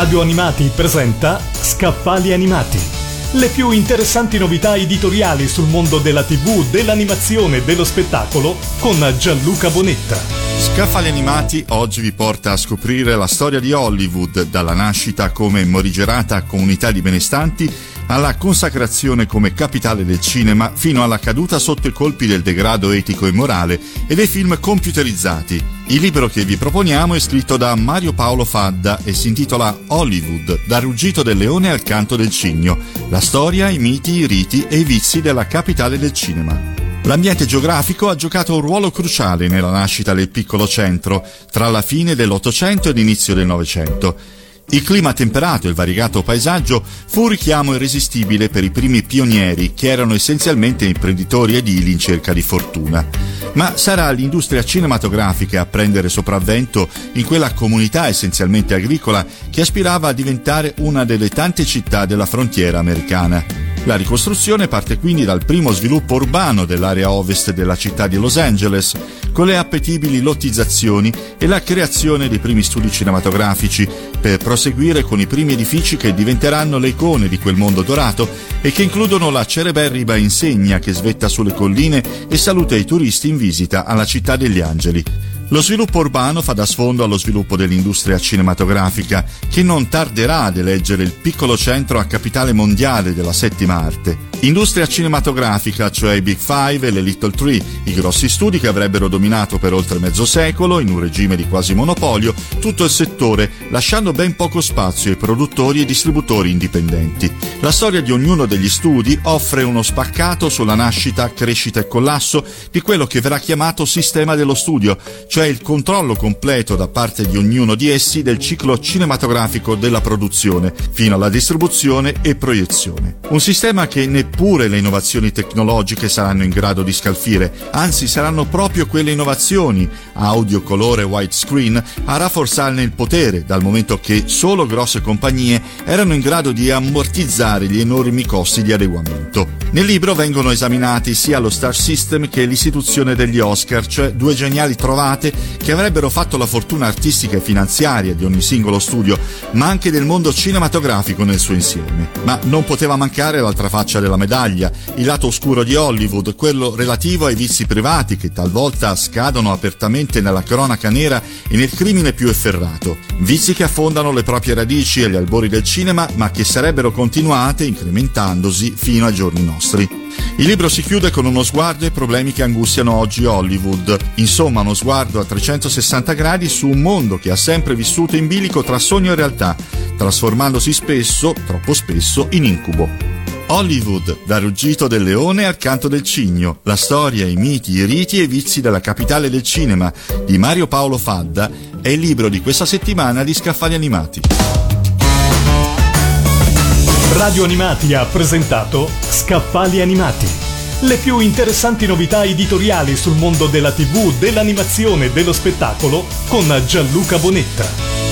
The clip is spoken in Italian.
Radio Animati presenta Scaffali Animati. Le più interessanti novità editoriali sul mondo della TV, dell'animazione e dello spettacolo con Gianluca Bonetta. Scaffali Animati oggi vi porta a scoprire la storia di Hollywood, dalla nascita come morigerata comunità di benestanti alla consacrazione come capitale del cinema, fino alla caduta sotto i colpi del degrado etico e morale e dei film computerizzati. Il libro che vi proponiamo è scritto da Mario Paolo Fadda e si intitola Hollywood, dal ruggito del leone al canto del cigno, la storia, i miti, i riti e i vizi della capitale del cinema. L'ambiente geografico ha giocato un ruolo cruciale nella nascita del piccolo centro, tra la fine dell'Ottocento e l'inizio del Novecento. Il clima temperato e il variegato paesaggio fu un richiamo irresistibile per i primi pionieri, che erano essenzialmente imprenditori edili in cerca di fortuna. Ma sarà l'industria cinematografica a prendere sopravvento in quella comunità essenzialmente agricola che aspirava a diventare una delle tante città della frontiera americana. La ricostruzione parte quindi dal primo sviluppo urbano dell'area ovest della città di Los Angeles, con le appetibili lottizzazioni e la creazione dei primi studi cinematografici, per proseguire con i primi edifici che diventeranno le icone di quel mondo dorato e che includono la cereberriba insegna che svetta sulle colline e saluta i turisti in visita alla città degli angeli. Lo sviluppo urbano fa da sfondo allo sviluppo dell'industria cinematografica, che non tarderà ad eleggere il piccolo centro a capitale mondiale della settima arte. Industria cinematografica, cioè i Big Five e le Little Three, i grossi studi che avrebbero dominato per oltre mezzo secolo, in un regime di quasi monopolio, tutto il settore, lasciando ben poco spazio ai produttori e distributori indipendenti. La storia di ognuno degli studi offre uno spaccato sulla nascita, crescita e collasso di quello che verrà chiamato sistema dello studio, cioè il controllo completo da parte di ognuno di essi del ciclo cinematografico della produzione, fino alla distribuzione e proiezione. Un sistema che neppure le innovazioni tecnologiche saranno in grado di scalfire, anzi saranno proprio quelle innovazioni, audio, colore, widescreen, a rafforzarne il potere, dal momento che solo grosse compagnie erano in grado di ammortizzare gli enormi costi di adeguamento. Nel libro vengono esaminati sia lo Star System che l'istituzione degli Oscar, cioè due geniali trovate che avrebbero fatto la fortuna artistica e finanziaria di ogni singolo studio, ma anche del mondo cinematografico nel suo insieme. Ma non poteva mancare l'altra faccia della medaglia, il lato oscuro di Hollywood, quello relativo ai vizi privati che talvolta scadono apertamente nella cronaca nera e nel crimine più efferrato. Vizi che affondano le proprie radici agli albori del cinema, ma che sarebbero continuate incrementandosi fino ai giorni nostri. Il libro si chiude con uno sguardo ai problemi che angustiano oggi Hollywood. Insomma, uno sguardo a 360 gradi su un mondo che ha sempre vissuto in bilico tra sogno e realtà, trasformandosi spesso, troppo spesso, in incubo. Hollywood, dal ruggito del leone al canto del cigno, la storia, i miti, i riti e i vizi della capitale del cinema, di Mario Paolo Fadda, è il libro di questa settimana di Scaffali Animati. Radio Animati ha presentato Scaffali Animati. Le più interessanti novità editoriali sul mondo della TV, dell'animazione e dello spettacolo con Gianluca Bonetta.